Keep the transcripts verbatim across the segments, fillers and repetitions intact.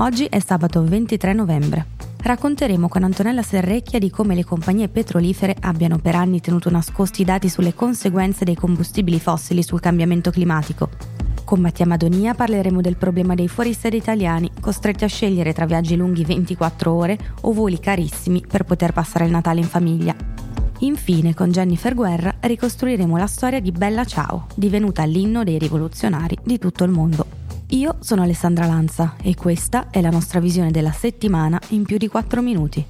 Oggi è sabato ventitré novembre. Racconteremo con Antonella Serrecchia di come le compagnie petrolifere abbiano per anni tenuto nascosti i dati sulle conseguenze dei combustibili fossili sul cambiamento climatico. Con Mattia Madonia parleremo del problema dei fuorisede italiani, costretti a scegliere tra viaggi lunghi ventiquattro ore o voli carissimi per poter passare il Natale in famiglia. Infine, con Jennifer Guerra, ricostruiremo la storia di Bella Ciao, divenuta l'inno dei rivoluzionari di tutto il mondo. Io sono Alessandra Lanza e questa è la nostra visione della settimana in più di quattro minuti.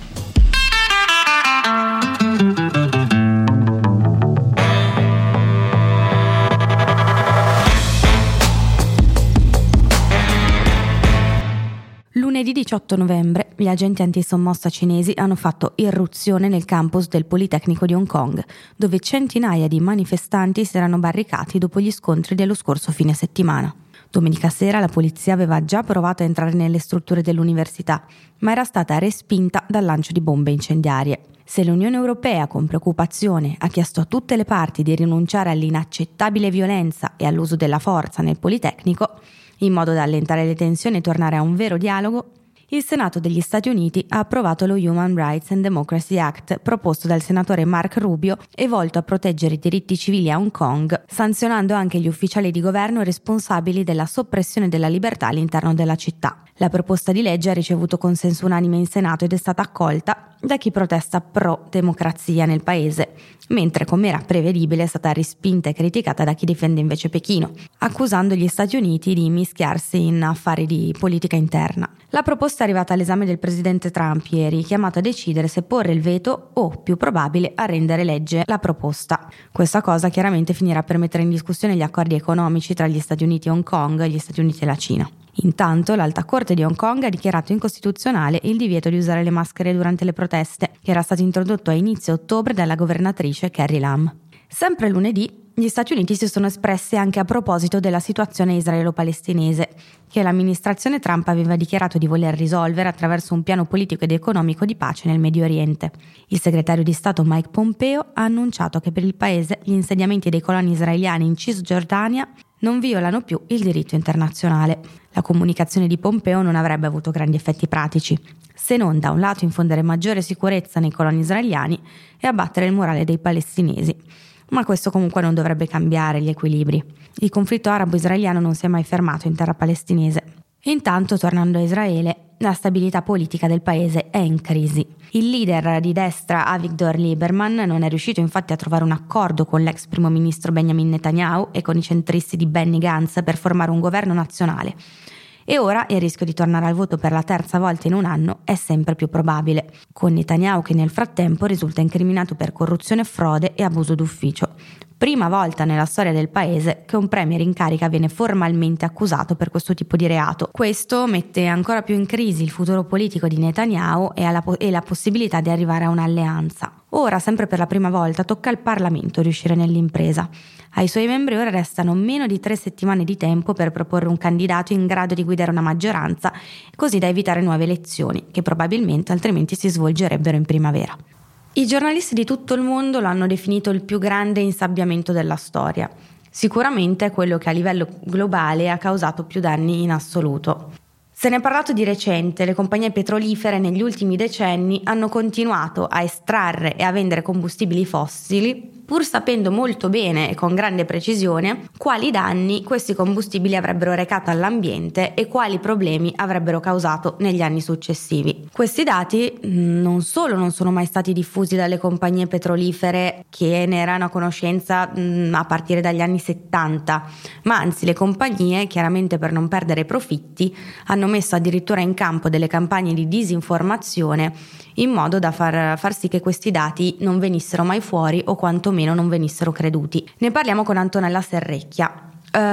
Lunedì diciotto novembre, gli agenti antisommossa cinesi hanno fatto irruzione nel campus del Politecnico di Hong Kong, dove centinaia di manifestanti si erano barricati dopo gli scontri dello scorso fine settimana. Domenica sera la polizia aveva già provato a entrare nelle strutture dell'università, ma era stata respinta dal lancio di bombe incendiarie. Se l'Unione Europea, con preoccupazione, ha chiesto a tutte le parti di rinunciare all'inaccettabile violenza e all'uso della forza nel Politecnico, in modo da allentare le tensioni e tornare a un vero dialogo, il Senato degli Stati Uniti ha approvato lo Human Rights and Democracy Act proposto dal senatore Mark Rubio e volto a proteggere i diritti civili a Hong Kong, sanzionando anche gli ufficiali di governo responsabili della soppressione della libertà all'interno della città. La proposta di legge ha ricevuto consenso unanime in Senato ed è stata accolta da chi protesta pro-democrazia nel paese, mentre, come era prevedibile, è stata respinta e criticata da chi difende invece Pechino, accusando gli Stati Uniti di mischiarsi in affari di politica interna. La proposta è arrivata all'esame del presidente Trump ieri, chiamato a decidere se porre il veto o, più probabile, a rendere legge la proposta. Questa cosa chiaramente finirà per mettere in discussione gli accordi economici tra gli Stati Uniti e Hong Kong e gli Stati Uniti e la Cina. Intanto, l'Alta Corte di Hong Kong ha dichiarato incostituzionale il divieto di usare le maschere durante le proteste, che era stato introdotto a inizio ottobre dalla governatrice Carrie Lam. Sempre lunedì, gli Stati Uniti si sono espressi anche a proposito della situazione israelo-palestinese, che l'amministrazione Trump aveva dichiarato di voler risolvere attraverso un piano politico ed economico di pace nel Medio Oriente. Il segretario di Stato Mike Pompeo ha annunciato che per il paese gli insediamenti dei coloni israeliani in Cisgiordania non violano più il diritto internazionale. La comunicazione di Pompeo non avrebbe avuto grandi effetti pratici, se non da un lato infondere maggiore sicurezza nei coloni israeliani e abbattere il morale dei palestinesi. Ma questo comunque non dovrebbe cambiare gli equilibri. Il conflitto arabo-israeliano non si è mai fermato in terra palestinese. Intanto, tornando a Israele, la stabilità politica del paese è in crisi. Il leader di destra Avigdor Lieberman non è riuscito infatti a trovare un accordo con l'ex primo ministro Benjamin Netanyahu e con i centristi di Benny Gantz per formare un governo nazionale. E ora il rischio di tornare al voto per la terza volta in un anno è sempre più probabile, con Netanyahu che nel frattempo risulta incriminato per corruzione, frode e abuso d'ufficio. Prima volta nella storia del paese che un premier in carica viene formalmente accusato per questo tipo di reato. Questo mette ancora più in crisi il futuro politico di Netanyahu e, alla po- e la possibilità di arrivare a un'alleanza. Ora, sempre per la prima volta, tocca al Parlamento riuscire nell'impresa. Ai suoi membri ora restano meno di tre settimane di tempo per proporre un candidato in grado di guidare una maggioranza, così da evitare nuove elezioni, che probabilmente altrimenti si svolgerebbero in primavera. I giornalisti di tutto il mondo lo hanno definito il più grande insabbiamento della storia. Sicuramente è quello che a livello globale ha causato più danni in assoluto. Se ne è parlato di recente, le compagnie petrolifere negli ultimi decenni hanno continuato a estrarre e a vendere combustibili fossili, pur sapendo molto bene e con grande precisione quali danni questi combustibili avrebbero recato all'ambiente e quali problemi avrebbero causato negli anni successivi. Questi dati non solo non sono mai stati diffusi dalle compagnie petrolifere, che ne erano a conoscenza mh, a partire dagli anni settanta, ma anzi le compagnie, chiaramente per non perdere profitti, hanno messo addirittura in campo delle campagne di disinformazione in modo da far, far sì che questi dati non venissero mai fuori o quantomeno non venissero creduti. Ne parliamo con Antonella Serrecchia.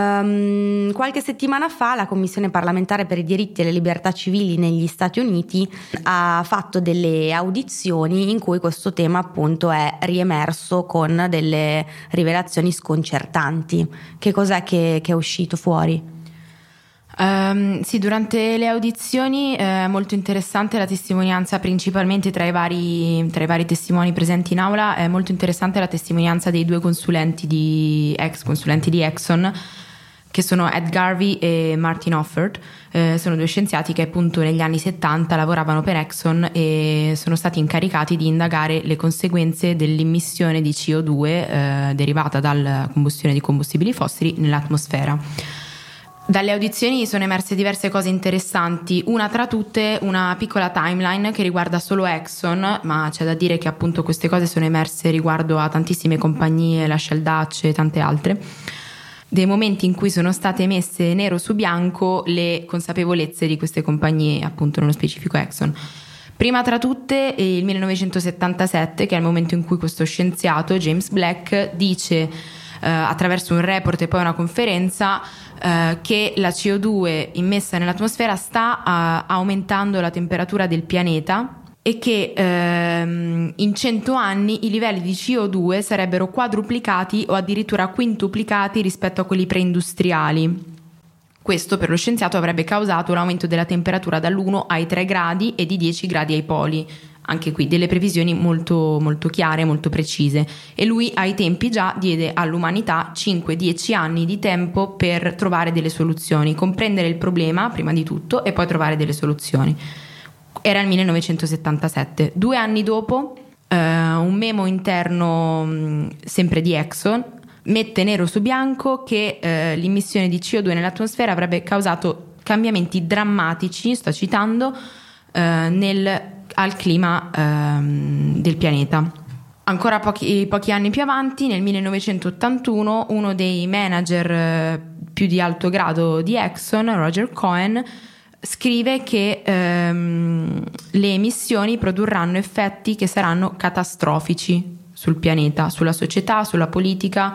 Um, qualche settimana fa la Commissione parlamentare per i diritti e le libertà civili negli Stati Uniti ha fatto delle audizioni in cui questo tema appunto è riemerso con delle rivelazioni sconcertanti. Che cos'è che, che è uscito fuori? Um, sì, durante le audizioni è eh, molto interessante la testimonianza, principalmente tra i vari tra i vari testimoni presenti in aula. È molto interessante la testimonianza dei due consulenti di ex consulenti di Exxon, che sono Ed Garvey e Martin Offord. Eh, sono due scienziati che appunto negli anni settanta lavoravano per Exxon e sono stati incaricati di indagare le conseguenze dell'immissione di C O due eh, derivata dalla combustione di combustibili fossili nell'atmosfera. Dalle audizioni sono emerse diverse cose interessanti, una tra tutte una piccola timeline che riguarda solo Exxon, ma c'è da dire che appunto queste cose sono emerse riguardo a tantissime compagnie, la Shell Dutch e tante altre, dei momenti in cui sono state messe nero su bianco le consapevolezze di queste compagnie, appunto nello specifico Exxon. Prima tra tutte il millenovecentosettantasette, che è il momento in cui questo scienziato, James Black, dice eh, attraverso un report e poi una conferenza eh, che la C O due immessa nell'atmosfera sta eh, aumentando la temperatura del pianeta e che ehm, in cento anni i livelli di C O due sarebbero quadruplicati o addirittura quintuplicati rispetto a quelli preindustriali. Questo per lo scienziato avrebbe causato un aumento della temperatura dall'uno ai tre gradi e di dieci gradi ai poli. Anche qui delle previsioni molto, molto chiare, molto precise. E lui ai tempi già diede all'umanità cinque dieci anni di tempo per trovare delle soluzioni, comprendere il problema prima di tutto e poi trovare delle soluzioni. Era il millenovecentosettantasette. Due anni dopo, eh, un memo interno mh, sempre di Exxon mette nero su bianco che eh, l'immissione di C O due nell'atmosfera avrebbe causato cambiamenti drammatici, sto citando, eh, nel, al clima ehm, del pianeta. Ancora pochi, pochi anni più avanti, nel millenovecentottantuno, uno dei manager eh, più di alto grado di Exxon, Roger Cohen, scrive che ehm, le emissioni produrranno effetti che saranno catastrofici sul pianeta, sulla società, sulla politica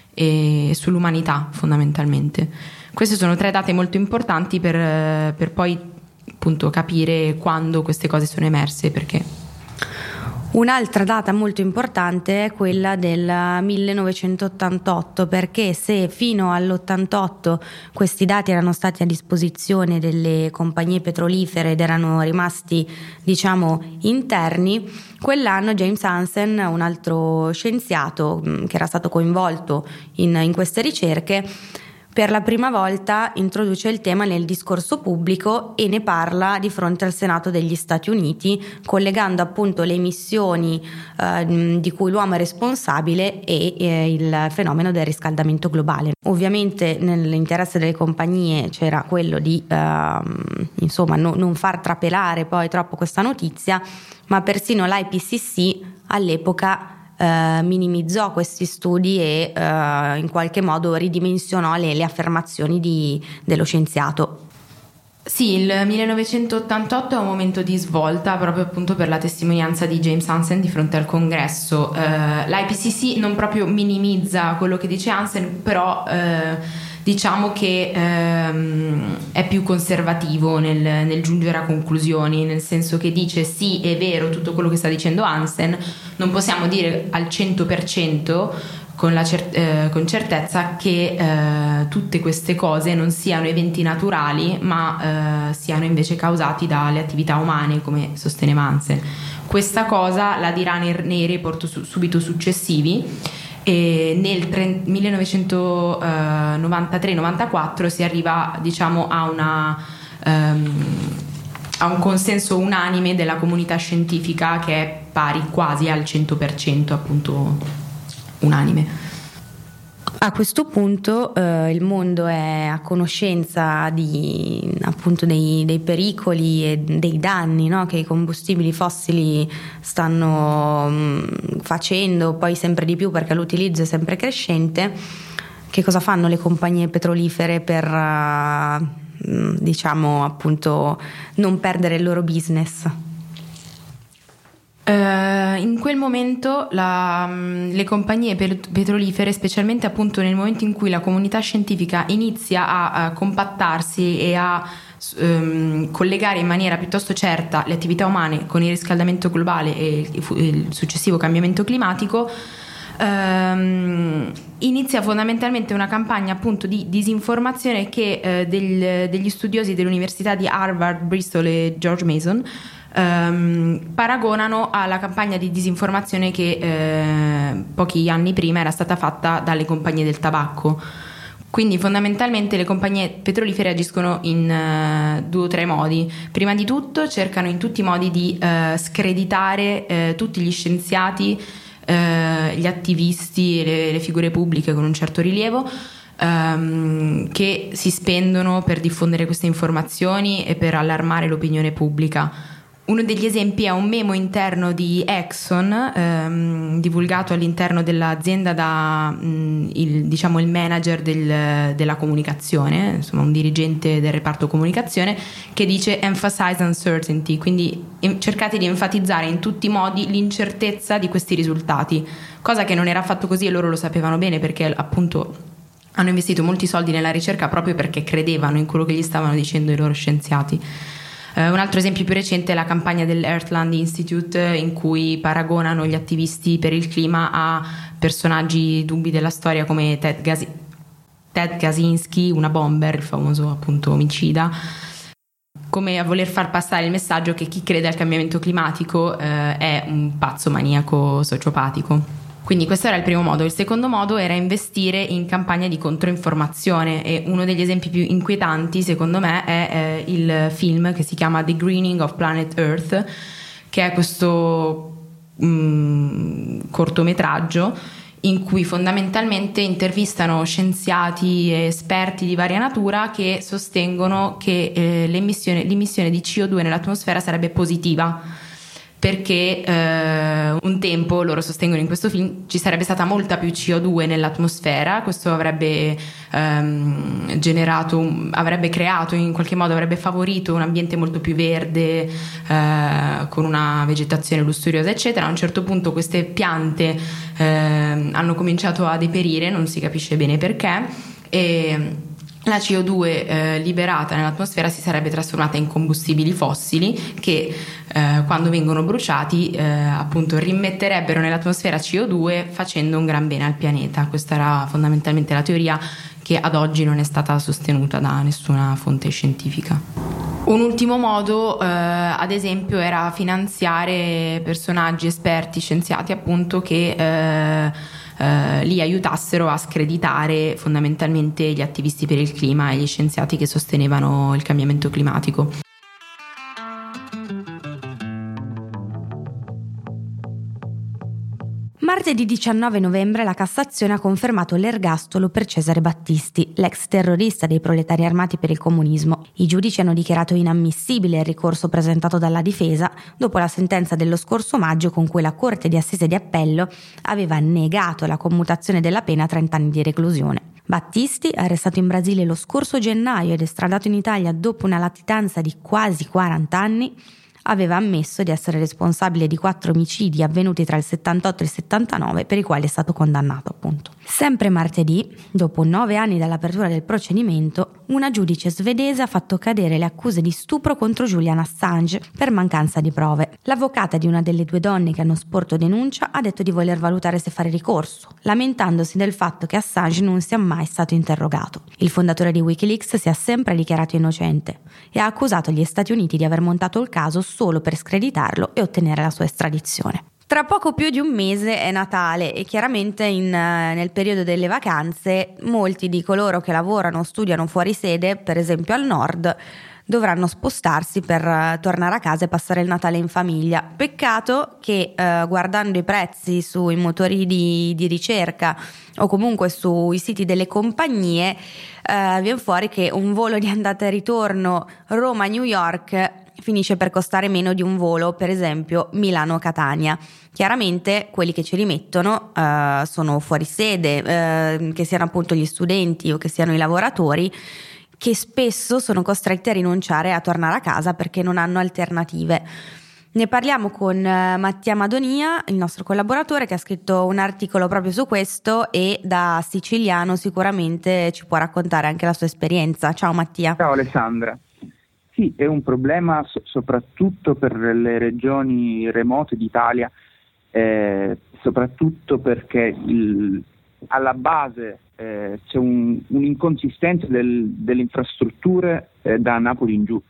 e sull'umanità fondamentalmente. Queste sono tre date molto importanti per, per poi appunto capire quando queste cose sono emerse e perché. Un'altra data molto importante è quella del millenovecentottantotto, perché se fino all'ottantotto questi dati erano stati a disposizione delle compagnie petrolifere ed erano rimasti, diciamo, interni, quell'anno James Hansen, un altro scienziato che era stato coinvolto in, in queste ricerche, per la prima volta introduce il tema nel discorso pubblico e ne parla di fronte al Senato degli Stati Uniti, collegando appunto le emissioni eh, di cui l'uomo è responsabile e eh, il fenomeno del riscaldamento globale. Ovviamente nell'interesse delle compagnie c'era quello di eh, insomma no, non far trapelare poi troppo questa notizia, ma persino l'I P C C all'epoca Uh, minimizzò questi studi e uh, in qualche modo ridimensionò le, le affermazioni di, dello scienziato. Sì, il millenovecentottantotto è un momento di svolta proprio appunto per la testimonianza di James Hansen di fronte al congresso. Uh, L'I P C C non proprio minimizza quello che dice Hansen, però uh, diciamo che ehm, è più conservativo nel, nel giungere a conclusioni, nel senso che dice sì, è vero tutto quello che sta dicendo Hansen, non possiamo dire al cento per cento con, la cer- eh, con certezza che eh, tutte queste cose non siano eventi naturali, ma eh, siano invece causati dalle attività umane, come sosteneva Hansen. Questa cosa la dirà nei, nei report su- subito successivi. E nel millenovecentonovantatré novantaquattro si arriva, diciamo, a una um, a un consenso unanime della comunità scientifica che è pari quasi al cento per cento, appunto unanime. A questo punto eh, il mondo è a conoscenza di, appunto dei, dei pericoli e dei danni, no, che i combustibili fossili stanno mh, facendo, poi sempre di più perché l'utilizzo è sempre crescente. Che cosa fanno le compagnie petrolifere per uh, diciamo appunto non perdere il loro business? Uh, in quel momento la, le compagnie petrolifere, specialmente appunto nel momento in cui la comunità scientifica inizia a, a compattarsi e a um, collegare in maniera piuttosto certa le attività umane con il riscaldamento globale e il, il successivo cambiamento climatico, um, inizia fondamentalmente una campagna appunto di disinformazione che uh, del, degli studiosi dell'università di Harvard, Bristol e George Mason Um, paragonano alla campagna di disinformazione che eh, pochi anni prima era stata fatta dalle compagnie del tabacco. Quindi fondamentalmente le compagnie petrolifere agiscono in uh, due o tre modi. Prima di tutto cercano in tutti i modi di uh, screditare uh, tutti gli scienziati, uh, gli attivisti e le, le figure pubbliche con un certo rilievo um, che si spendono per diffondere queste informazioni e per allarmare l'opinione pubblica. Uno degli esempi è un memo interno di Exxon ehm, divulgato all'interno dell'azienda da mh, il, diciamo, il manager del, della comunicazione, insomma un dirigente del reparto comunicazione, che dice emphasize uncertainty, quindi em- cercate di enfatizzare in tutti i modi l'incertezza di questi risultati, cosa che non era affatto così e loro lo sapevano bene, perché appunto hanno investito molti soldi nella ricerca proprio perché credevano in quello che gli stavano dicendo i loro scienziati. Uh, un altro esempio più recente è la campagna dell'Earthland Institute, in cui paragonano gli attivisti per il clima a personaggi dubbi della storia come Ted, Gasi- Ted Kaczynski, una bomber, il famoso appunto omicida, come a voler far passare il messaggio che chi crede al cambiamento climatico uh, è un pazzo maniaco sociopatico. Quindi questo era il primo modo. Il secondo modo era investire in campagne di controinformazione, e uno degli esempi più inquietanti secondo me è eh, il film che si chiama The Greening of Planet Earth, che è questo mh, cortometraggio in cui fondamentalmente intervistano scienziati e esperti di varia natura che sostengono che eh, l'emissione, l'emissione di C O due nell'atmosfera sarebbe positiva, perché eh, un tempo, loro sostengono in questo film, ci sarebbe stata molta più C O due nell'atmosfera. Questo avrebbe ehm, generato, avrebbe creato in qualche modo, avrebbe favorito un ambiente molto più verde, eh, con una vegetazione lussuriosa eccetera. A un certo punto queste piante eh, hanno cominciato a deperire, non si capisce bene perché, e la C O due eh, liberata nell'atmosfera si sarebbe trasformata in combustibili fossili che eh, quando vengono bruciati eh, appunto rimetterebbero nell'atmosfera C O due, facendo un gran bene al pianeta. Questa era fondamentalmente la teoria, che ad oggi non è stata sostenuta da nessuna fonte scientifica. Un ultimo modo, eh, ad esempio, era finanziare personaggi esperti, scienziati appunto, che eh, Uh, li aiutassero a screditare fondamentalmente gli attivisti per il clima e gli scienziati che sostenevano il cambiamento climatico. Martedì diciannove novembre la Cassazione ha confermato l'ergastolo per Cesare Battisti, l'ex terrorista dei proletari armati per il comunismo. I giudici hanno dichiarato inammissibile il ricorso presentato dalla difesa dopo la sentenza dello scorso maggio con cui la Corte di Assise di Appello aveva negato la commutazione della pena a trenta anni di reclusione. Battisti, arrestato in Brasile lo scorso gennaio ed estradato in Italia dopo una latitanza di quasi quaranta anni, aveva ammesso di essere responsabile di quattro omicidi avvenuti tra il settantotto e il settantanove, per i quali è stato condannato appunto. Sempre martedì, dopo nove anni dall'apertura del procedimento, una giudice svedese ha fatto cadere le accuse di stupro contro Julian Assange per mancanza di prove. L'avvocata di una delle due donne che hanno sporto denuncia ha detto di voler valutare se fare ricorso, lamentandosi del fatto che Assange non sia mai stato interrogato. Il fondatore di Wikileaks si è sempre dichiarato innocente e ha accusato gli Stati Uniti di aver montato il caso solo per screditarlo e ottenere la sua estradizione. Tra poco più di un mese è Natale e chiaramente in, nel periodo delle vacanze molti di coloro che lavorano o studiano fuori sede, per esempio al nord, dovranno spostarsi per uh, tornare a casa e passare il Natale in famiglia. Peccato che uh, guardando i prezzi sui motori di, di ricerca o comunque sui siti delle compagnie uh, viene fuori che un volo di andata e ritorno Roma-New York finisce per costare meno di un volo, per esempio Milano-Catania. Chiaramente quelli che ci rimettono uh, sono fuori sede, uh, che siano appunto gli studenti o che siano i lavoratori, che spesso sono costretti a rinunciare a tornare a casa perché non hanno alternative. Ne parliamo con uh, Mattia Madonia, il nostro collaboratore, che ha scritto un articolo proprio su questo e da siciliano sicuramente ci può raccontare anche la sua esperienza. Ciao Mattia. Ciao Alessandra. Sì, è un problema so- soprattutto per le regioni remote d'Italia, eh, soprattutto perché il, alla base eh, c'è un, un'inconsistenza del, delle infrastrutture eh, da Napoli in giù.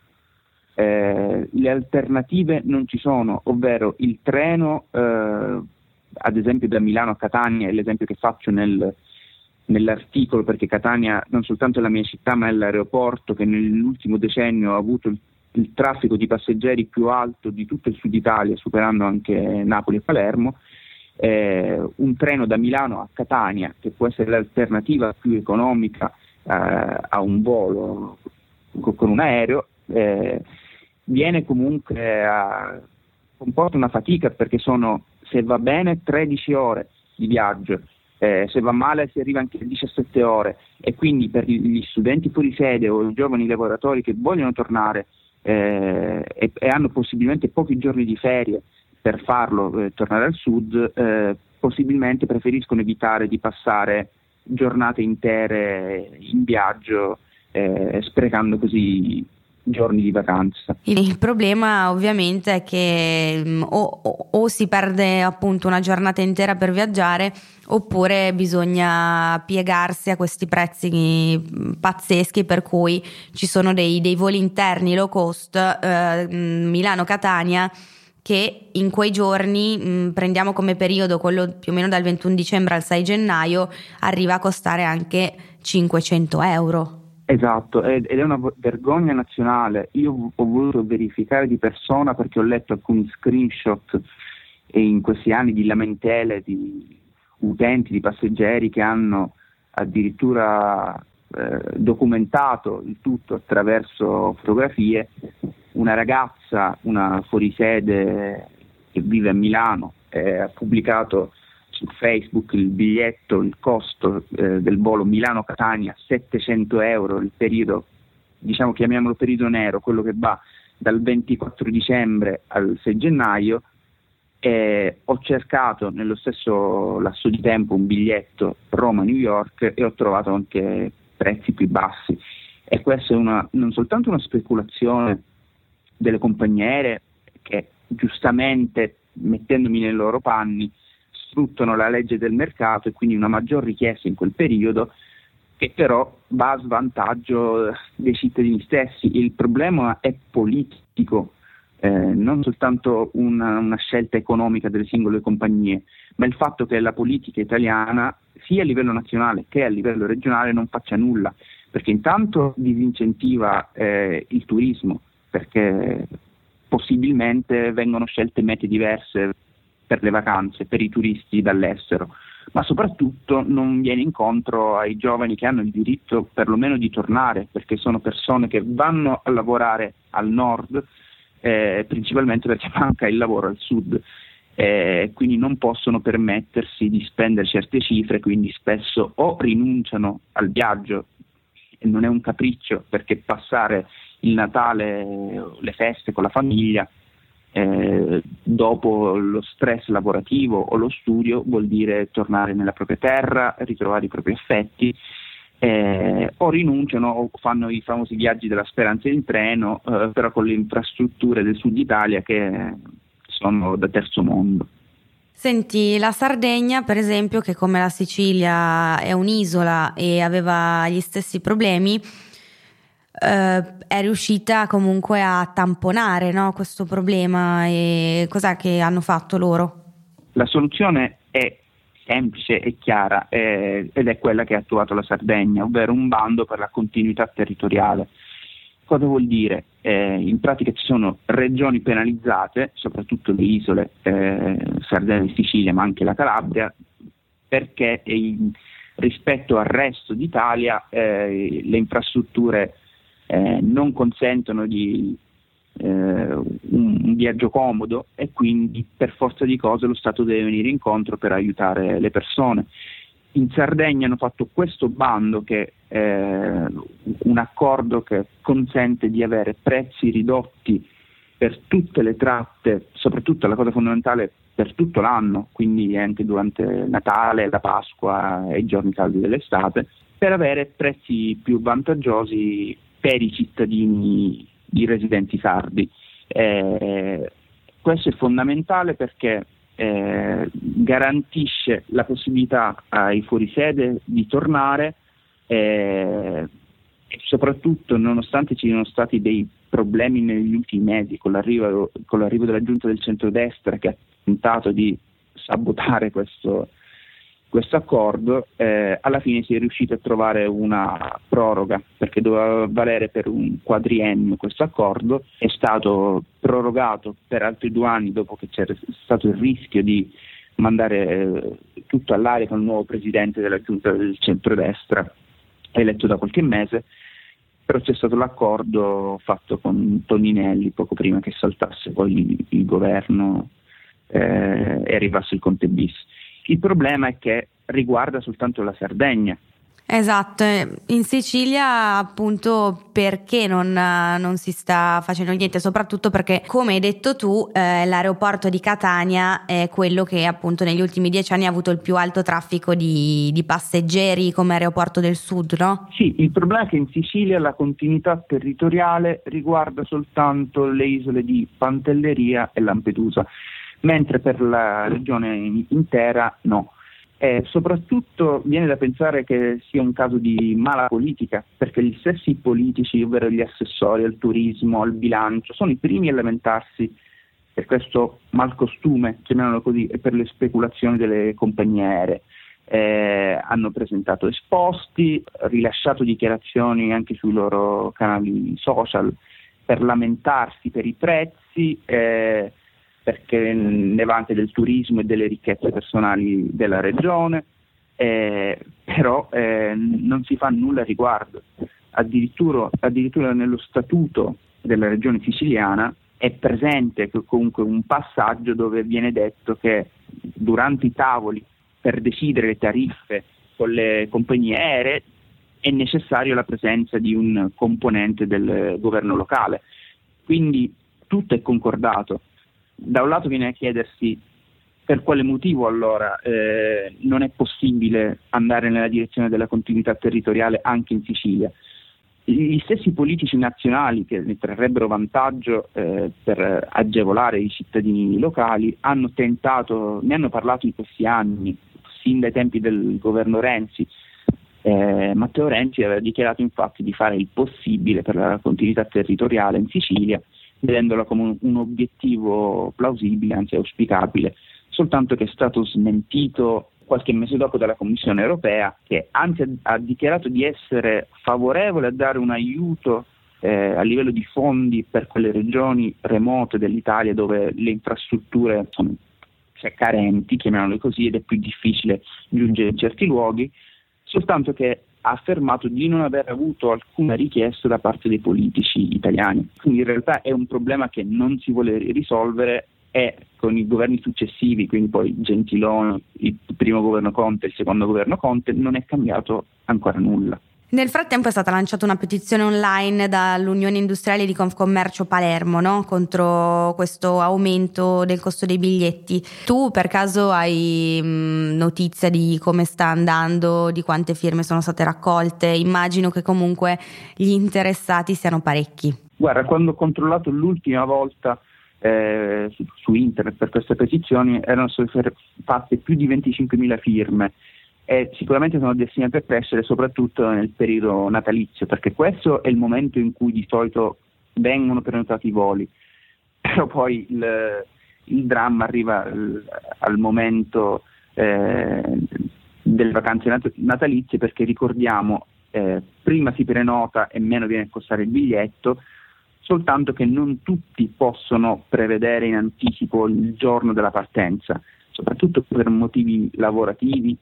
Eh, le alternative non ci sono, ovvero il treno, eh, ad esempio da Milano a Catania, è l'esempio che faccio nel, nell'articolo, perché Catania non soltanto è la mia città ma è l'aeroporto che nell'ultimo decennio ha avuto il, il traffico di passeggeri più alto di tutto il sud Italia, superando anche Napoli e Palermo. Eh, un treno da Milano a Catania, che può essere l'alternativa più economica eh, a un volo con un aereo, eh, viene comunque a, comporta una fatica, perché sono, se va bene, tredici ore di viaggio, eh, se va male si arriva anche a diciassette ore, e quindi per gli studenti fuori sede o i giovani lavoratori che vogliono tornare eh, e, e hanno possibilmente pochi giorni di ferie per farlo, eh, tornare al sud, eh, possibilmente preferiscono evitare di passare giornate intere in viaggio, eh, sprecando così giorni di vacanza. Il problema ovviamente è che mh, o, o, o si perde appunto una giornata intera per viaggiare, oppure bisogna piegarsi a questi prezzi pazzeschi, per cui ci sono dei, dei voli interni low cost, eh, Milano-Catania, che in quei giorni, mh, prendiamo come periodo quello più o meno dal ventuno dicembre al sei gennaio, arriva a costare anche cinquecento euro. Esatto, ed è una vergogna nazionale. Io ho voluto verificare di persona, perché ho letto alcuni screenshot in questi anni di lamentele di utenti, di passeggeri che hanno addirittura eh, documentato il tutto attraverso fotografie. Una ragazza, una fuorisede che vive a Milano, eh, ha pubblicato su Facebook il biglietto, il costo eh, del volo Milano-Catania, settecento euro, il periodo, diciamo, chiamiamolo periodo nero, quello che va dal ventiquattro dicembre al sei gennaio. Eh, ho cercato nello stesso lasso di tempo un biglietto Roma-New York e ho trovato anche prezzi più bassi, e questa è una, non soltanto una speculazione delle compagnie aeree, che giustamente, mettendomi nei loro panni, sfruttano la legge del mercato e quindi una maggior richiesta in quel periodo, che però va a svantaggio dei cittadini stessi. Il problema è politico, eh, non soltanto una, una scelta economica delle singole compagnie, ma il fatto che la politica italiana, sia a livello nazionale che a livello regionale, non faccia nulla, perché intanto disincentiva eh, il turismo, perché possibilmente vengono scelte mete diverse per le vacanze, per i turisti dall'estero, ma soprattutto non viene incontro ai giovani che hanno il diritto perlomeno di tornare, perché sono persone che vanno a lavorare al nord, eh, principalmente perché manca il lavoro al sud, eh, quindi non possono permettersi di spendere certe cifre, quindi spesso o rinunciano al viaggio, e non è un capriccio, perché passare il Natale, le feste con la famiglia, Eh, dopo lo stress lavorativo o lo studio, vuol dire tornare nella propria terra, ritrovare i propri affetti, eh, o rinunciano o fanno i famosi viaggi della speranza in treno, eh, però con le infrastrutture del sud Italia che sono da terzo mondo. Senti, la Sardegna per esempio, che come la Sicilia è un'isola e aveva gli stessi problemi, Uh, è riuscita comunque a tamponare, no, questo problema. E cos'è che hanno fatto loro? La soluzione è semplice e chiara, eh, ed è quella che ha attuato la Sardegna, ovvero un bando per la continuità territoriale. Cosa vuol dire? Eh, in pratica ci sono regioni penalizzate, soprattutto le isole, eh, Sardegna e Sicilia, ma anche la Calabria, perché in, rispetto al resto d'Italia eh, le infrastrutture Eh, non consentono di eh, un, un viaggio comodo, e quindi per forza di cose lo Stato deve venire incontro per aiutare le persone. In Sardegna hanno fatto questo bando, che è un accordo che consente di avere prezzi ridotti per tutte le tratte, soprattutto la cosa fondamentale, per tutto l'anno, quindi anche durante Natale, la Pasqua e i giorni caldi dell'estate, per avere prezzi più vantaggiosi per i cittadini, i residenti sardi. Eh, questo è fondamentale perché eh, garantisce la possibilità ai fuorisede di tornare, eh, e soprattutto, nonostante ci siano stati dei problemi negli ultimi mesi con l'arrivo, con l'arrivo della giunta del centrodestra, che ha tentato di sabotare questo questo accordo, eh, alla fine si è riuscito a trovare una proroga, perché doveva valere per un quadriennio questo accordo, è stato prorogato per altri due anni dopo che c'era stato il rischio di mandare eh, tutto all'aria con il nuovo presidente della giunta del centrodestra eletto da qualche mese, però c'è stato l'accordo fatto con Toninelli poco prima che saltasse poi il, il governo eh, e arrivasse il Conte bis. Il problema è che riguarda soltanto la Sardegna. Esatto, in Sicilia appunto perché non, non si sta facendo niente, soprattutto perché come hai detto tu eh, l'aeroporto di Catania è quello che appunto negli ultimi dieci anni ha avuto il più alto traffico di, di passeggeri come aeroporto del sud, no? Sì, il problema è che in Sicilia la continuità territoriale riguarda soltanto le isole di Pantelleria e Lampedusa, mentre per la regione intera no. E soprattutto viene da pensare che sia un caso di mala politica, perché gli stessi politici, ovvero gli assessori al turismo, al bilancio, sono i primi a lamentarsi per questo malcostume, chiamiamolo così, e per le speculazioni delle compagnie aeree. Eh, hanno presentato esposti, rilasciato dichiarazioni anche sui loro canali social per lamentarsi per i prezzi, eh, perché ne va anche del turismo e delle ricchezze personali della regione, eh, però eh, non si fa nulla a riguardo. Addirittura, addirittura nello statuto della regione siciliana è presente comunque un passaggio dove viene detto che durante i tavoli per decidere le tariffe con le compagnie aeree è necessaria la presenza di un componente del governo locale. Quindi tutto è concordato. Da un lato viene a chiedersi per quale motivo allora eh, non è possibile andare nella direzione della continuità territoriale anche in Sicilia. Gli stessi politici nazionali che ne trarrebbero vantaggio eh, per agevolare i cittadini locali hanno tentato, ne hanno parlato in questi anni, sin dai tempi del governo Renzi. Eh, Matteo Renzi aveva dichiarato infatti di fare il possibile per la continuità territoriale in Sicilia, vedendola come un, un obiettivo plausibile, anzi auspicabile, soltanto che è stato smentito qualche mese dopo dalla Commissione europea, che anzi ha, ha dichiarato di essere favorevole a dare un aiuto eh, a livello di fondi per quelle regioni remote dell'Italia dove le infrastrutture sono cioè, carenti, chiamiamole così, ed è più difficile giungere in certi luoghi, soltanto che ha affermato di non aver avuto alcuna richiesta da parte dei politici italiani. Quindi in realtà è un problema che non si vuole risolvere e con i governi successivi, quindi poi Gentiloni, il primo governo Conte, il secondo governo Conte, non è cambiato ancora nulla. Nel frattempo è stata lanciata una petizione online dall'Unione Industriale di Confcommercio Palermo, no? Contro questo aumento del costo dei biglietti. Tu per caso hai mh, notizia di come sta andando, di quante firme sono state raccolte? Immagino che comunque gli interessati siano parecchi. Guarda, quando ho controllato l'ultima volta eh, su, su internet per queste petizioni erano state fatte più di venticinquemila firme. E sicuramente sono destinate a crescere soprattutto nel periodo natalizio, perché questo è il momento in cui di solito vengono prenotati i voli, però poi il, il dramma arriva al, al momento eh, delle vacanze nat- natalizie, perché ricordiamo eh, prima si prenota e meno viene a costare il biglietto, soltanto che non tutti possono prevedere in anticipo il giorno della partenza, soprattutto per motivi lavorativi.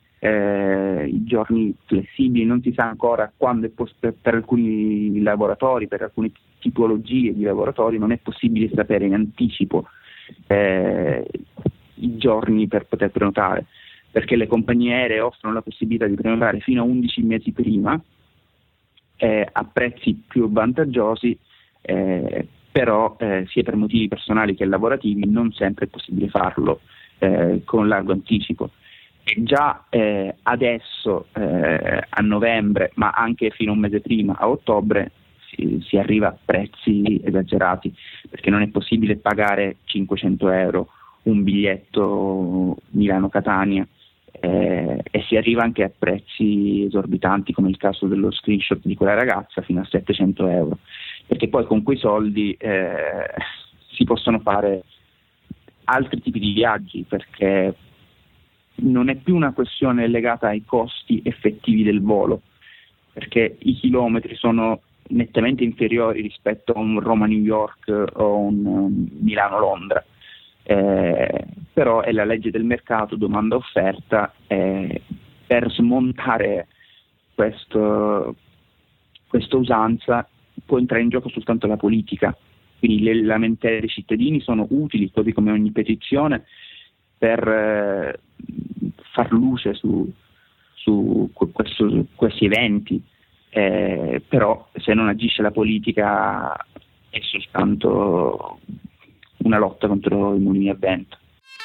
Eh, i giorni flessibili non si sa ancora quando è poss- per, per alcuni lavoratori, per alcune tipologie di lavoratori non è possibile sapere in anticipo eh, i giorni per poter prenotare, perché le compagnie aeree offrono la possibilità di prenotare fino a undici mesi prima eh, a prezzi più vantaggiosi, eh, però eh, sia per motivi personali che lavorativi non sempre è possibile farlo eh, con largo anticipo. E già eh, adesso eh, a novembre, ma anche fino a un mese prima, a ottobre, si, si arriva a prezzi esagerati, perché non è possibile pagare cinquecento euro un biglietto Milano-Catania eh, e si arriva anche a prezzi esorbitanti, come il caso dello screenshot di quella ragazza, fino a settecento euro, perché poi con quei soldi eh, si possono fare altri tipi di viaggi, perché non è più una questione legata ai costi effettivi del volo, perché i chilometri sono nettamente inferiori rispetto a un Roma-New York o un um, Milano-Londra, eh, però è la legge del mercato, domanda-offerta, eh, per smontare questo, questa usanza può entrare in gioco soltanto la politica, quindi le lamentele dei cittadini sono utili, così come ogni petizione, per eh, far luce su, su questo, questi eventi, eh, però se non agisce la politica è soltanto una lotta contro i mulini a vento.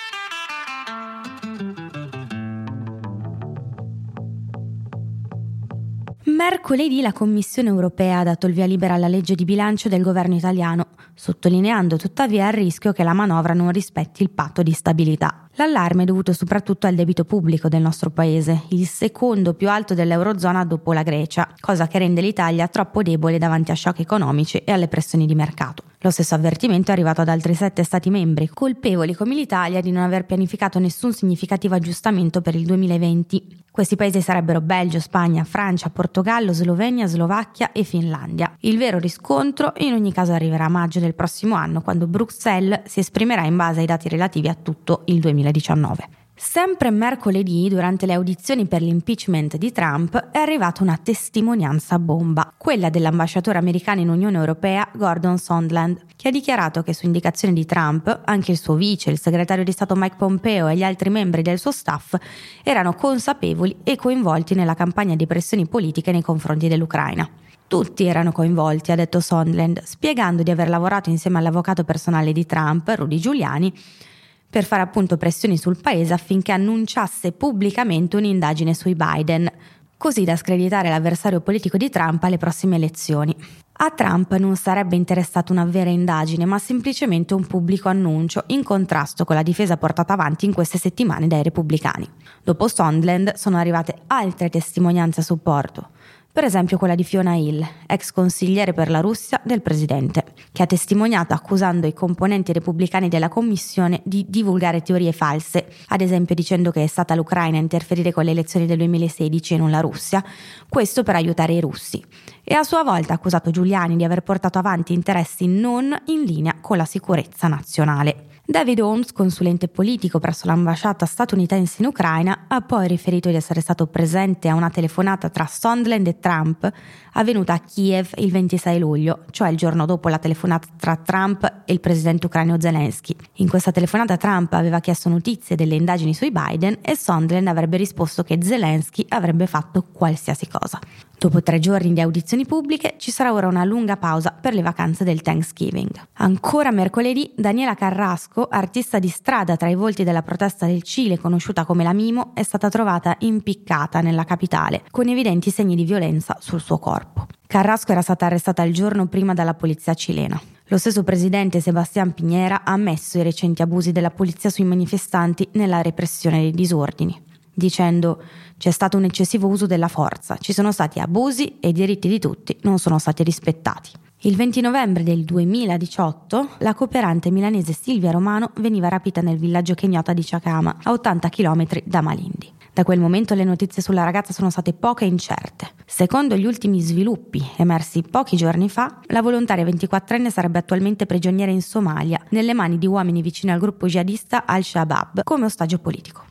Mercoledì la Commissione europea ha dato il via libera alla legge di bilancio del governo italiano, sottolineando tuttavia il rischio che la manovra non rispetti il patto di stabilità. L'allarme è dovuto soprattutto al debito pubblico del nostro paese, il secondo più alto dell'Eurozona dopo la Grecia, cosa che rende l'Italia troppo debole davanti a shock economici e alle pressioni di mercato. Lo stesso avvertimento è arrivato ad altri sette Stati membri, colpevoli come l'Italia di non aver pianificato nessun significativo aggiustamento per il duemilaventi. Questi paesi sarebbero Belgio, Spagna, Francia, Portogallo, Slovenia, Slovacchia e Finlandia. Il vero riscontro in ogni caso arriverà a maggio del prossimo anno, quando Bruxelles si esprimerà in base ai dati relativi a tutto il duemiladiciannove. Sempre mercoledì, durante le audizioni per l'impeachment di Trump, è arrivata una testimonianza bomba, quella dell'ambasciatore americano in Unione Europea Gordon Sondland, che ha dichiarato che su indicazione di Trump anche il suo vice, il segretario di Stato Mike Pompeo e gli altri membri del suo staff erano consapevoli e coinvolti nella campagna di pressioni politiche nei confronti dell'Ucraina. Tutti erano coinvolti, ha detto Sondland, spiegando di aver lavorato insieme all'avvocato personale di Trump, Rudy Giuliani, per fare appunto pressioni sul paese affinché annunciasse pubblicamente un'indagine sui Biden, così da screditare l'avversario politico di Trump alle prossime elezioni. A Trump non sarebbe interessata una vera indagine, ma semplicemente un pubblico annuncio in contrasto con la difesa portata avanti in queste settimane dai repubblicani. Dopo Sondland sono arrivate altre testimonianze a supporto. Per esempio quella di Fiona Hill, ex consigliere per la Russia del presidente, che ha testimoniato accusando i componenti repubblicani della commissione di divulgare teorie false, ad esempio dicendo che è stata l'Ucraina a interferire con le elezioni del duemilasedici e non la Russia, questo per aiutare i russi. E a sua volta ha accusato Giuliani di aver portato avanti interessi non in linea con la sicurezza nazionale. David Holmes, consulente politico presso l'ambasciata statunitense in Ucraina, ha poi riferito di essere stato presente a una telefonata tra Sondland e Trump avvenuta a Kiev il ventisei luglio, cioè il giorno dopo la telefonata tra Trump e il presidente ucraino Zelensky. In questa telefonata Trump aveva chiesto notizie delle indagini sui Biden e Sondland avrebbe risposto che Zelensky avrebbe fatto qualsiasi cosa. Dopo tre giorni di audizioni pubbliche ci sarà ora una lunga pausa per le vacanze del Thanksgiving. Ancora mercoledì Daniela Carrasco, artista di strada tra i volti della protesta del Cile conosciuta come la Mimo, è stata trovata impiccata nella capitale con evidenti segni di violenza sul suo corpo. Carrasco era stata arrestata il giorno prima dalla polizia cilena. Lo stesso presidente Sebastián Piñera ha ammesso i recenti abusi della polizia sui manifestanti nella repressione dei disordini, dicendo: c'è stato un eccessivo uso della forza, ci sono stati abusi e i diritti di tutti non sono stati rispettati. Il venti novembre del duemiladiciotto la cooperante milanese Silvia Romano veniva rapita nel villaggio kenyota di Chakama, a ottanta chilometri da Malindi. Da quel momento le notizie sulla ragazza sono state poche e incerte. Secondo gli ultimi sviluppi emersi pochi giorni fa, la volontaria ventiquattrenne sarebbe attualmente prigioniera in Somalia, nelle mani di uomini vicini al gruppo jihadista Al-Shabaab, come ostaggio politico.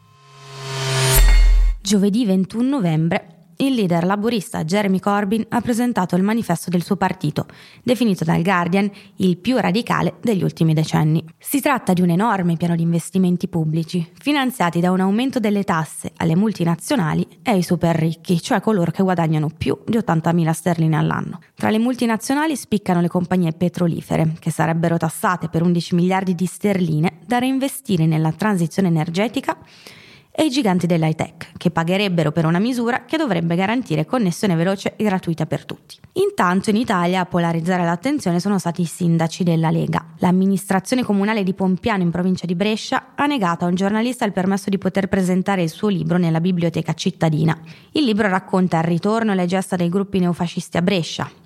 Giovedì ventuno novembre, il leader laburista Jeremy Corbyn ha presentato il manifesto del suo partito, definito dal Guardian il più radicale degli ultimi decenni. Si tratta di un enorme piano di investimenti pubblici, finanziati da un aumento delle tasse alle multinazionali e ai super ricchi, cioè coloro che guadagnano più di ottantamila sterline all'anno. Tra le multinazionali spiccano le compagnie petrolifere, che sarebbero tassate per undici miliardi di sterline da reinvestire nella transizione energetica, e i giganti dell'high tech, che pagherebbero per una misura che dovrebbe garantire connessione veloce e gratuita per tutti. Intanto in Italia a polarizzare l'attenzione sono stati i sindaci della Lega. L'amministrazione comunale di Pompiano in provincia di Brescia ha negato a un giornalista il permesso di poter presentare il suo libro nella biblioteca cittadina. Il libro racconta il ritorno e le gesta dei gruppi neofascisti a Brescia,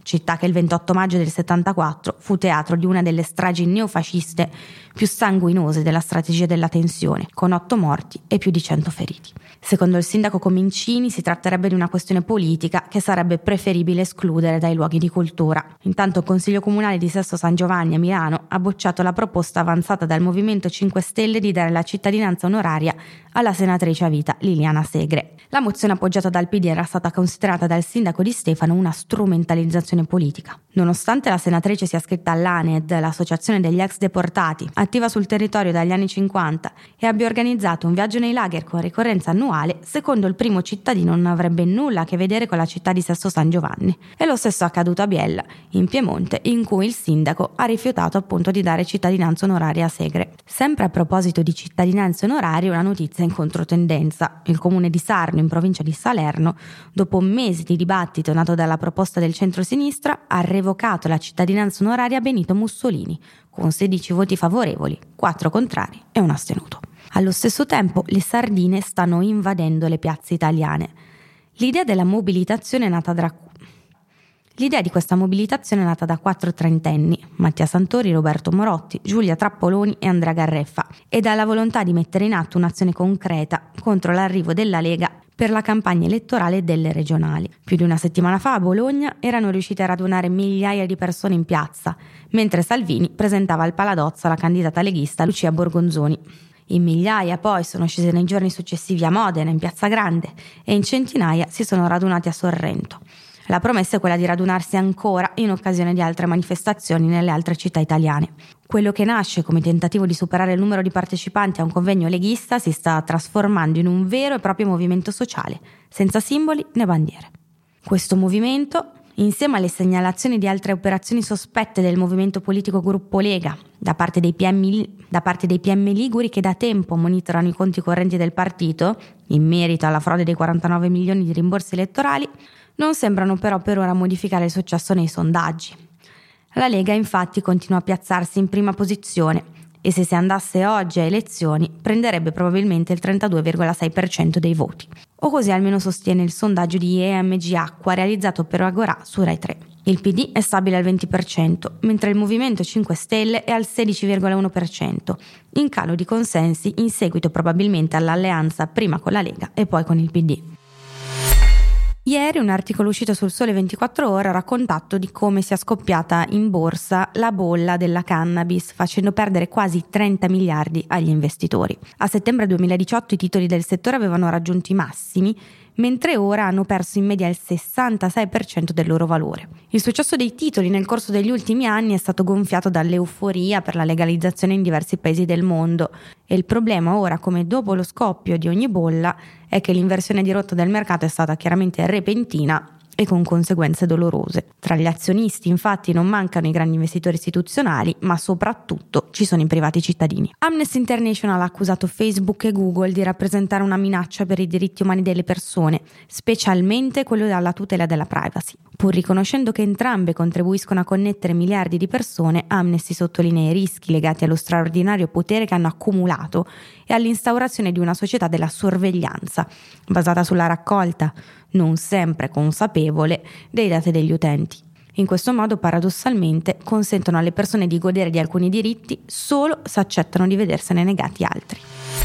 città che il ventotto maggio del settantaquattro fu teatro di una delle stragi neofasciste più sanguinose della strategia della tensione, con otto morti e più di cento feriti. Secondo il sindaco Comincini si tratterebbe di una questione politica che sarebbe preferibile escludere dai luoghi di cultura. Intanto il Consiglio Comunale di Sesto San Giovanni a Milano ha bocciato la proposta avanzata dal Movimento cinque Stelle di dare la cittadinanza onoraria alla senatrice a vita Liliana Segre. La mozione appoggiata dal P D era stata considerata dal sindaco Di Stefano una strumentalizzazione politica. Nonostante la senatrice sia iscritta all'A N E D, l'associazione degli ex deportati, attiva sul territorio dagli anni cinquanta, e abbia organizzato un viaggio nei lager con ricorrenza annuale, secondo il primo cittadino non avrebbe nulla a che vedere con la città di Sesto San Giovanni. E lo stesso è accaduto a Biella, in Piemonte, in cui il sindaco ha rifiutato appunto di dare cittadinanza onoraria a Segre. Sempre a proposito di cittadinanza onoraria, una notizia in controtendenza. Il comune di Sarno, in provincia di Salerno, dopo mesi di dibattito nato dalla proposta del centro-sinistra, ha revocato la cittadinanza onoraria a Benito Mussolini, con sedici voti favorevoli, quattro contrari e un astenuto. Allo stesso tempo, le sardine stanno invadendo le piazze italiane. L'idea della mobilitazione è nata da L'idea di questa mobilitazione è nata da quattro trentenni, Mattia Santori, Roberto Morotti, Giulia Trappoloni e Andrea Garreffa, e dalla volontà di mettere in atto un'azione concreta contro l'arrivo della Lega per la campagna elettorale delle regionali. Più di una settimana fa a Bologna erano riusciti a radunare migliaia di persone in piazza, mentre Salvini presentava al Paladozzo la candidata leghista Lucia Borgonzoni. In migliaia poi sono scese nei giorni successivi a Modena, in Piazza Grande, e in centinaia si sono radunati a Sorrento. La promessa è quella di radunarsi ancora in occasione di altre manifestazioni nelle altre città italiane. Quello che nasce come tentativo di superare il numero di partecipanti a un convegno leghista si sta trasformando in un vero e proprio movimento sociale, senza simboli né bandiere. Questo movimento, insieme alle segnalazioni di altre operazioni sospette del movimento politico Gruppo Lega, da parte dei P M, da parte dei P M liguri che da tempo monitorano i conti correnti del partito, in merito alla frode dei quarantanove milioni di rimborsi elettorali, non sembrano però per ora modificare il successo nei sondaggi. La Lega infatti continua a piazzarsi in prima posizione e se si andasse oggi a elezioni prenderebbe probabilmente il trentadue virgola sei per cento dei voti. O così almeno sostiene il sondaggio di E M G Acqua realizzato per Agorà su Rai tre. Il P D è stabile al venti per cento, mentre il Movimento cinque Stelle è al sedici virgola uno per cento, in calo di consensi in seguito probabilmente all'alleanza prima con la Lega e poi con il P D. Ieri un articolo uscito sul Sole ventiquattro Ore ha raccontato di come sia scoppiata in borsa la bolla della cannabis, facendo perdere quasi trenta miliardi agli investitori. A settembre duemiladiciotto i titoli del settore avevano raggiunto i massimi, mentre ora hanno perso in media il sessantasei per cento del loro valore. Il successo dei titoli nel corso degli ultimi anni è stato gonfiato dall'euforia per la legalizzazione in diversi paesi del mondo e il problema ora, come dopo lo scoppio di ogni bolla, è che l'inversione di rotta del mercato è stata chiaramente repentina e con conseguenze dolorose. Tra gli azionisti infatti non mancano i grandi investitori istituzionali, ma soprattutto ci sono i privati cittadini. Amnesty International ha accusato Facebook e Google di rappresentare una minaccia per i diritti umani delle persone, specialmente quello alla tutela della privacy. Pur riconoscendo che entrambe contribuiscono a connettere miliardi di persone, Amnesty sottolinea i rischi legati allo straordinario potere che hanno accumulato e all'instaurazione di una società della sorveglianza, basata sulla raccolta, non sempre consapevole, dei dati degli utenti. In questo modo, paradossalmente, consentono alle persone di godere di alcuni diritti solo se accettano di vedersene negati altri.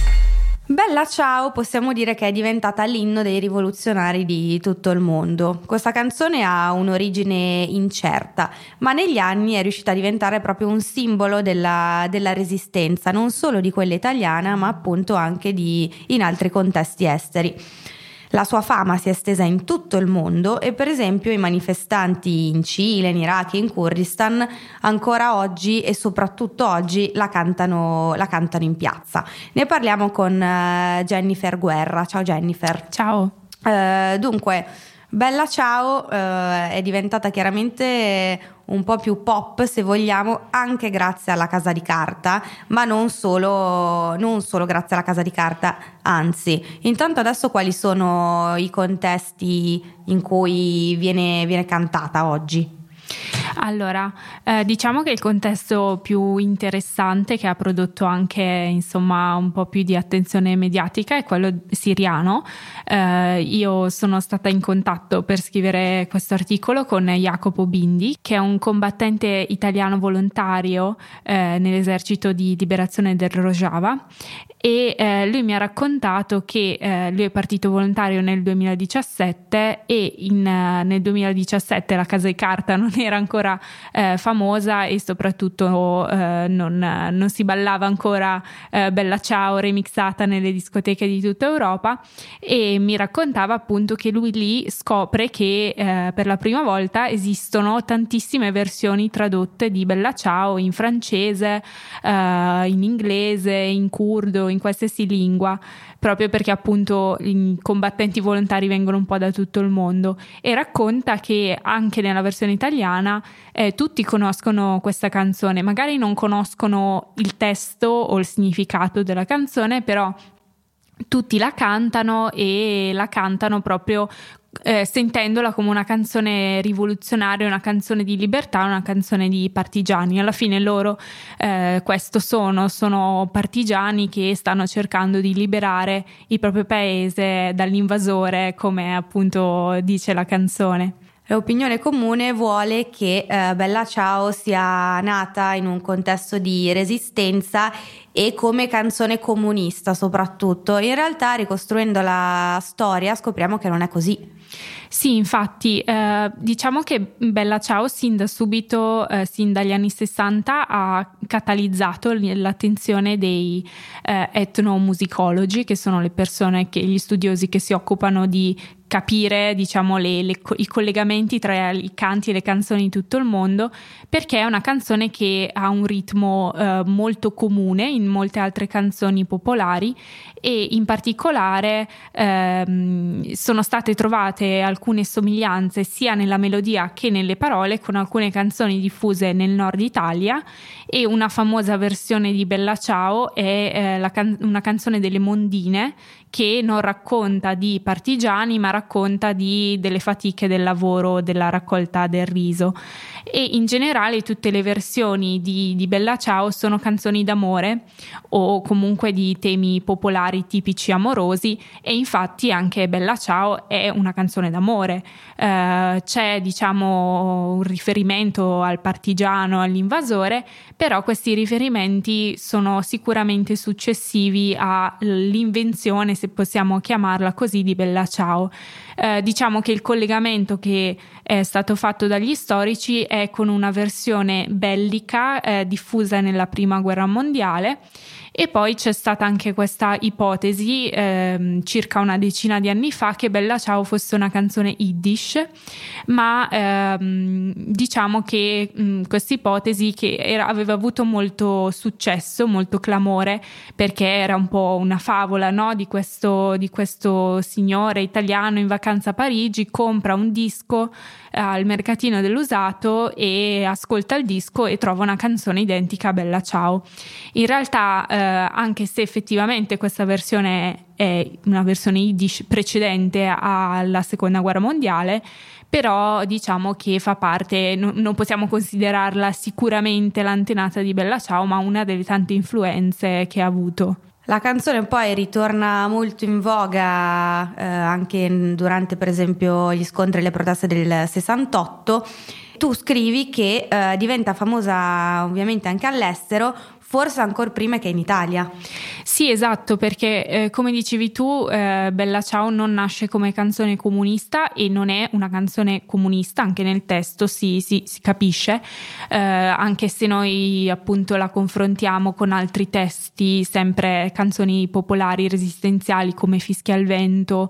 Bella ciao, possiamo dire che è diventata l'inno dei rivoluzionari di tutto il mondo. Questa canzone ha un'origine incerta, ma negli anni è riuscita a diventare proprio un simbolo della, della resistenza, non solo di quella italiana, ma appunto anche di, in altri contesti esteri. La sua fama si è estesa in tutto il mondo e per esempio i manifestanti in Cile, in Iraq e in Kurdistan ancora oggi e soprattutto oggi la cantano, la cantano in piazza. Ne parliamo con uh, Jennifer Guerra. Ciao Jennifer. Ciao. Uh, dunque, Bella ciao uh, è diventata chiaramente un po' più pop, se vogliamo, anche grazie alla Casa di Carta, ma non solo, non solo grazie alla Casa di Carta, anzi. Intanto adesso quali sono i contesti in cui viene, viene cantata oggi? Allora, eh, diciamo che il contesto più interessante, che ha prodotto anche insomma un po' più di attenzione mediatica, è quello siriano. Eh, io sono stata in contatto per scrivere questo articolo con Jacopo Bindi, che è un combattente italiano volontario eh, nell'esercito di liberazione del Rojava, e eh, lui mi ha raccontato che eh, lui è partito volontario nel duemiladiciassette e in, uh, nel duemiladiciassette la Casa di Carta non era ancora eh, famosa e soprattutto eh, non, non si ballava ancora eh, Bella Ciao remixata nelle discoteche di tutta Europa, e mi raccontava appunto che lui lì scopre che eh, per la prima volta esistono tantissime versioni tradotte di Bella Ciao in francese, eh, in inglese, in curdo, in qualsiasi lingua, proprio perché appunto i combattenti volontari vengono un po' da tutto il mondo, e racconta che anche nella versione italiana eh, tutti conoscono questa canzone, magari non conoscono il testo o il significato della canzone, però tutti la cantano e la cantano proprio Eh, sentendola come una canzone rivoluzionaria, una canzone di libertà, una canzone di partigiani. Alla fine loro eh, questo sono, sono partigiani che stanno cercando di liberare il proprio paese dall'invasore, come appunto dice la canzone. L'opinione comune vuole che eh, Bella Ciao sia nata in un contesto di resistenza e come canzone comunista soprattutto. In realtà, ricostruendo la storia, scopriamo che non è così. Sì, infatti, eh, diciamo che Bella Ciao sin da subito, eh, sin dagli anni sessanta, ha catalizzato l'attenzione dei eh, etnomusicologi, che sono le persone, che gli studiosi che si occupano di capire, diciamo, le, le, i collegamenti tra i canti e le canzoni di tutto il mondo, perché è una canzone che ha un ritmo eh, molto comune in molte altre canzoni popolari, e in particolare ehm, sono state trovate alcune somiglianze sia nella melodia che nelle parole con alcune canzoni diffuse nel nord Italia, e una famosa versione di Bella Ciao è eh, la can- una canzone delle Mondine, che non racconta di partigiani ma racconta di, delle fatiche del lavoro, della raccolta del riso. E in generale tutte le versioni di, di Bella Ciao sono canzoni d'amore o comunque di temi popolari tipici amorosi, e infatti anche Bella Ciao è una canzone d'amore. Eh, c'è, diciamo, un riferimento al partigiano, all'invasore, però questi riferimenti sono sicuramente successivi all'invenzione, se possiamo chiamarla così, di Bella Ciao. Eh, diciamo che il collegamento che è stato fatto dagli storici è con una versione bellica eh, diffusa nella prima guerra mondiale, e poi c'è stata anche questa ipotesi eh, circa una decina di anni fa che Bella Ciao fosse una canzone Yiddish, ma ehm, diciamo che questa ipotesi, che era, aveva avuto molto successo, molto clamore, perché era un po' una favola, no? di questo, di questo signore italiano in vacanza a Parigi, compra un disco eh, al mercatino dell'usato e ascolta il disco e trova una canzone identica a Bella Ciao. In realtà eh, anche se effettivamente questa versione è una versione Yiddish precedente alla seconda guerra mondiale, però diciamo che fa parte, no, non possiamo considerarla sicuramente l'antenata di Bella Ciao, ma una delle tante influenze che ha avuto. La canzone poi ritorna molto in voga eh, anche durante, per esempio, gli scontri e le proteste del sessantotto. Tu scrivi che eh, diventa famosa ovviamente anche all'estero, forse ancora prima che in Italia. Sì, esatto, perché eh, come dicevi tu, eh, Bella Ciao non nasce come canzone comunista e non è una canzone comunista, anche nel testo si, si, si capisce, eh, anche se noi appunto la confrontiamo con altri testi, sempre canzoni popolari resistenziali come Fischia al vento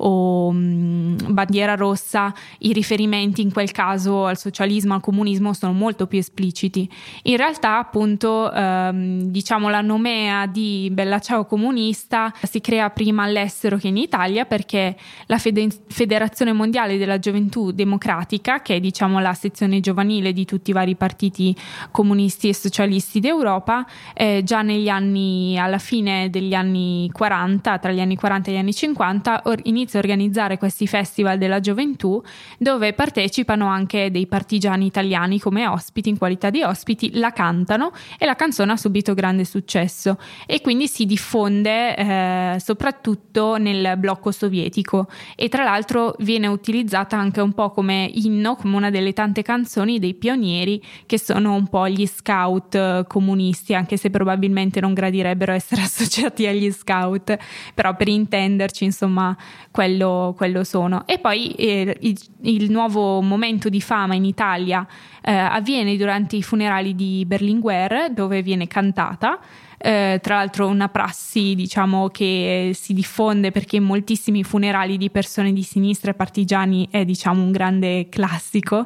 o mh, Bandiera rossa, i riferimenti in quel caso al socialismo, al comunismo sono molto più espliciti. In realtà appunto eh, ehm, diciamo la nomea di Bella Ciao comunista si crea prima all'estero che in Italia, perché la Fede- Federazione Mondiale della Gioventù Democratica, che è diciamo la sezione giovanile di tutti i vari partiti comunisti e socialisti d'Europa, eh, già negli anni, alla fine degli anni quaranta, tra gli anni quaranta e gli anni cinquanta, or- inizia a organizzare questi festival della gioventù, dove partecipano anche dei partigiani italiani come ospiti, in qualità di ospiti, la cantano e la canzone ha subito grande successo e quindi si diffonde eh, soprattutto nel blocco sovietico, e tra l'altro viene utilizzata anche un po' come inno, come una delle tante canzoni dei pionieri che sono un po' gli scout eh, comunisti, anche se probabilmente non gradirebbero essere associati agli scout, però per intenderci insomma quello, quello sono. E poi eh, il, il nuovo momento di fama in Italia eh, avviene durante i funerali di Berlinguer, dove viene cantata. Eh, tra l'altro una prassi diciamo che si diffonde perché in moltissimi funerali di persone di sinistra e partigiani è diciamo un grande classico,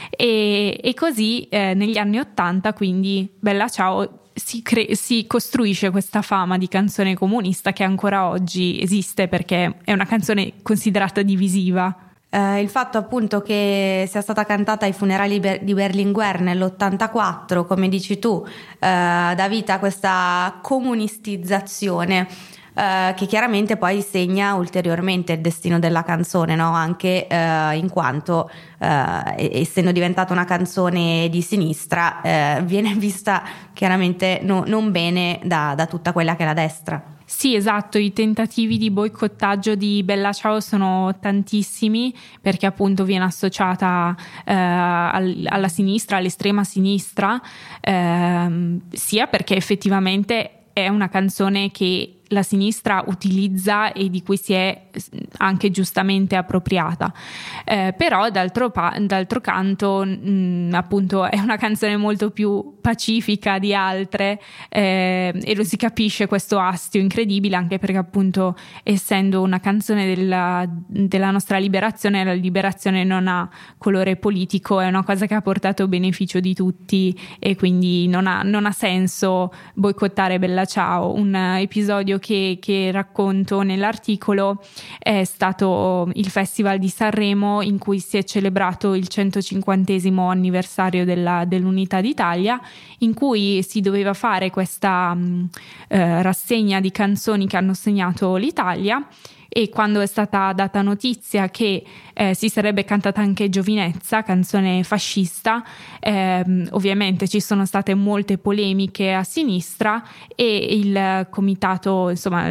e, e così eh, negli anni Ottanta quindi Bella Ciao si, cre- si costruisce questa fama di canzone comunista che ancora oggi esiste, perché è una canzone considerata divisiva. Eh, il fatto appunto che sia stata cantata ai funerali ber- di Berlinguer nell'ottantaquattro, come dici tu, eh, dà vita a questa comunistizzazione eh, che chiaramente poi segna ulteriormente il destino della canzone, no? Anche eh, in quanto eh, essendo diventata una canzone di sinistra eh, viene vista chiaramente no- non bene da, da tutta quella che è la destra. Sì, esatto, i tentativi di boicottaggio di Bella Ciao sono tantissimi, perché appunto viene associata eh, al, alla sinistra, all'estrema sinistra, eh, sia perché effettivamente è una canzone che la sinistra utilizza e di cui si è anche giustamente appropriata, eh, però d'altro, pa- d'altro canto mh, appunto è una canzone molto più pacifica di altre, eh, e lo si capisce questo astio incredibile, anche perché appunto essendo una canzone della, della nostra liberazione, la liberazione non ha colore politico, è una cosa che ha portato beneficio di tutti e quindi non ha, non ha senso boicottare Bella Ciao. Un episodio Che, che racconto nell'articolo è stato il Festival di Sanremo, in cui si è celebrato il centocinquantesimo anniversario della, dell'Unità d'Italia, in cui si doveva fare questa mh, eh, rassegna di canzoni che hanno segnato l'Italia. E quando è stata data notizia che eh, si sarebbe cantata anche Giovinezza, canzone fascista, ehm, ovviamente ci sono state molte polemiche a sinistra e il comitato, insomma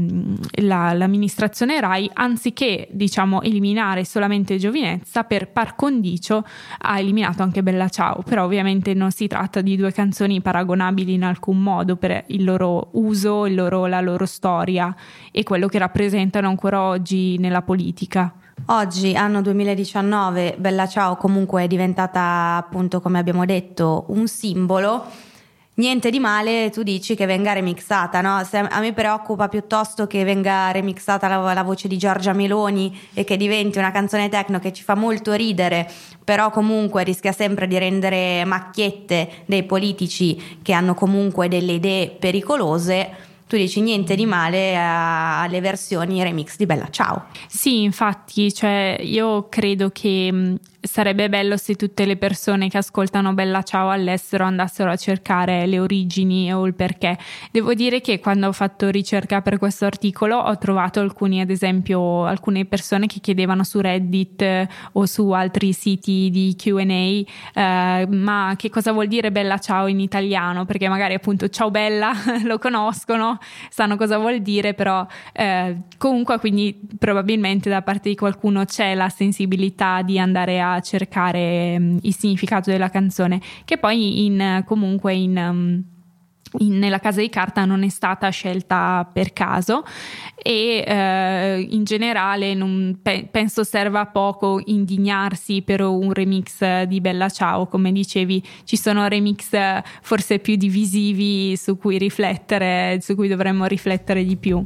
la, l'amministrazione Rai, anziché diciamo eliminare solamente Giovinezza, per par condicio ha eliminato anche Bella Ciao. Però ovviamente non si tratta di due canzoni paragonabili in alcun modo per il loro uso, il loro, la loro storia e quello che rappresentano ancora oggi nella politica. Oggi, anno duemiladiciannove, Bella Ciao comunque è diventata, appunto, come abbiamo detto, un simbolo. Niente di male, tu dici, che venga remixata, no? Se a me preoccupa piuttosto che venga remixata la, la voce di Giorgia Meloni e che diventi una canzone techno che ci fa molto ridere, però comunque rischia sempre di rendere macchiette dei politici che hanno comunque delle idee pericolose. Tu dici niente di male alle versioni remix di Bella Ciao. Sì, infatti, cioè io credo che mh, sarebbe bello se tutte le persone che ascoltano Bella Ciao all'estero andassero a cercare le origini o il perché. Devo dire che quando ho fatto ricerca per questo articolo ho trovato alcuni, ad esempio, alcune persone che chiedevano su Reddit eh, o su altri siti di Q and A eh, ma che cosa vuol dire Bella Ciao in italiano, perché magari appunto Ciao Bella lo conoscono, sanno cosa vuol dire, però eh, comunque quindi probabilmente da parte di qualcuno c'è la sensibilità di andare a cercare um, il significato della canzone, che poi in comunque in um, In, nella Casa di Carta non è stata scelta per caso e eh, in generale non, pe- penso serva a poco indignarsi per un remix di Bella Ciao. Come dicevi, ci sono remix forse più divisivi su cui riflettere, su cui dovremmo riflettere di più.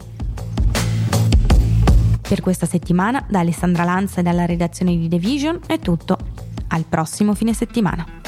Per questa settimana da Alessandra Lanza e dalla redazione di The Vision è tutto. Al prossimo fine settimana.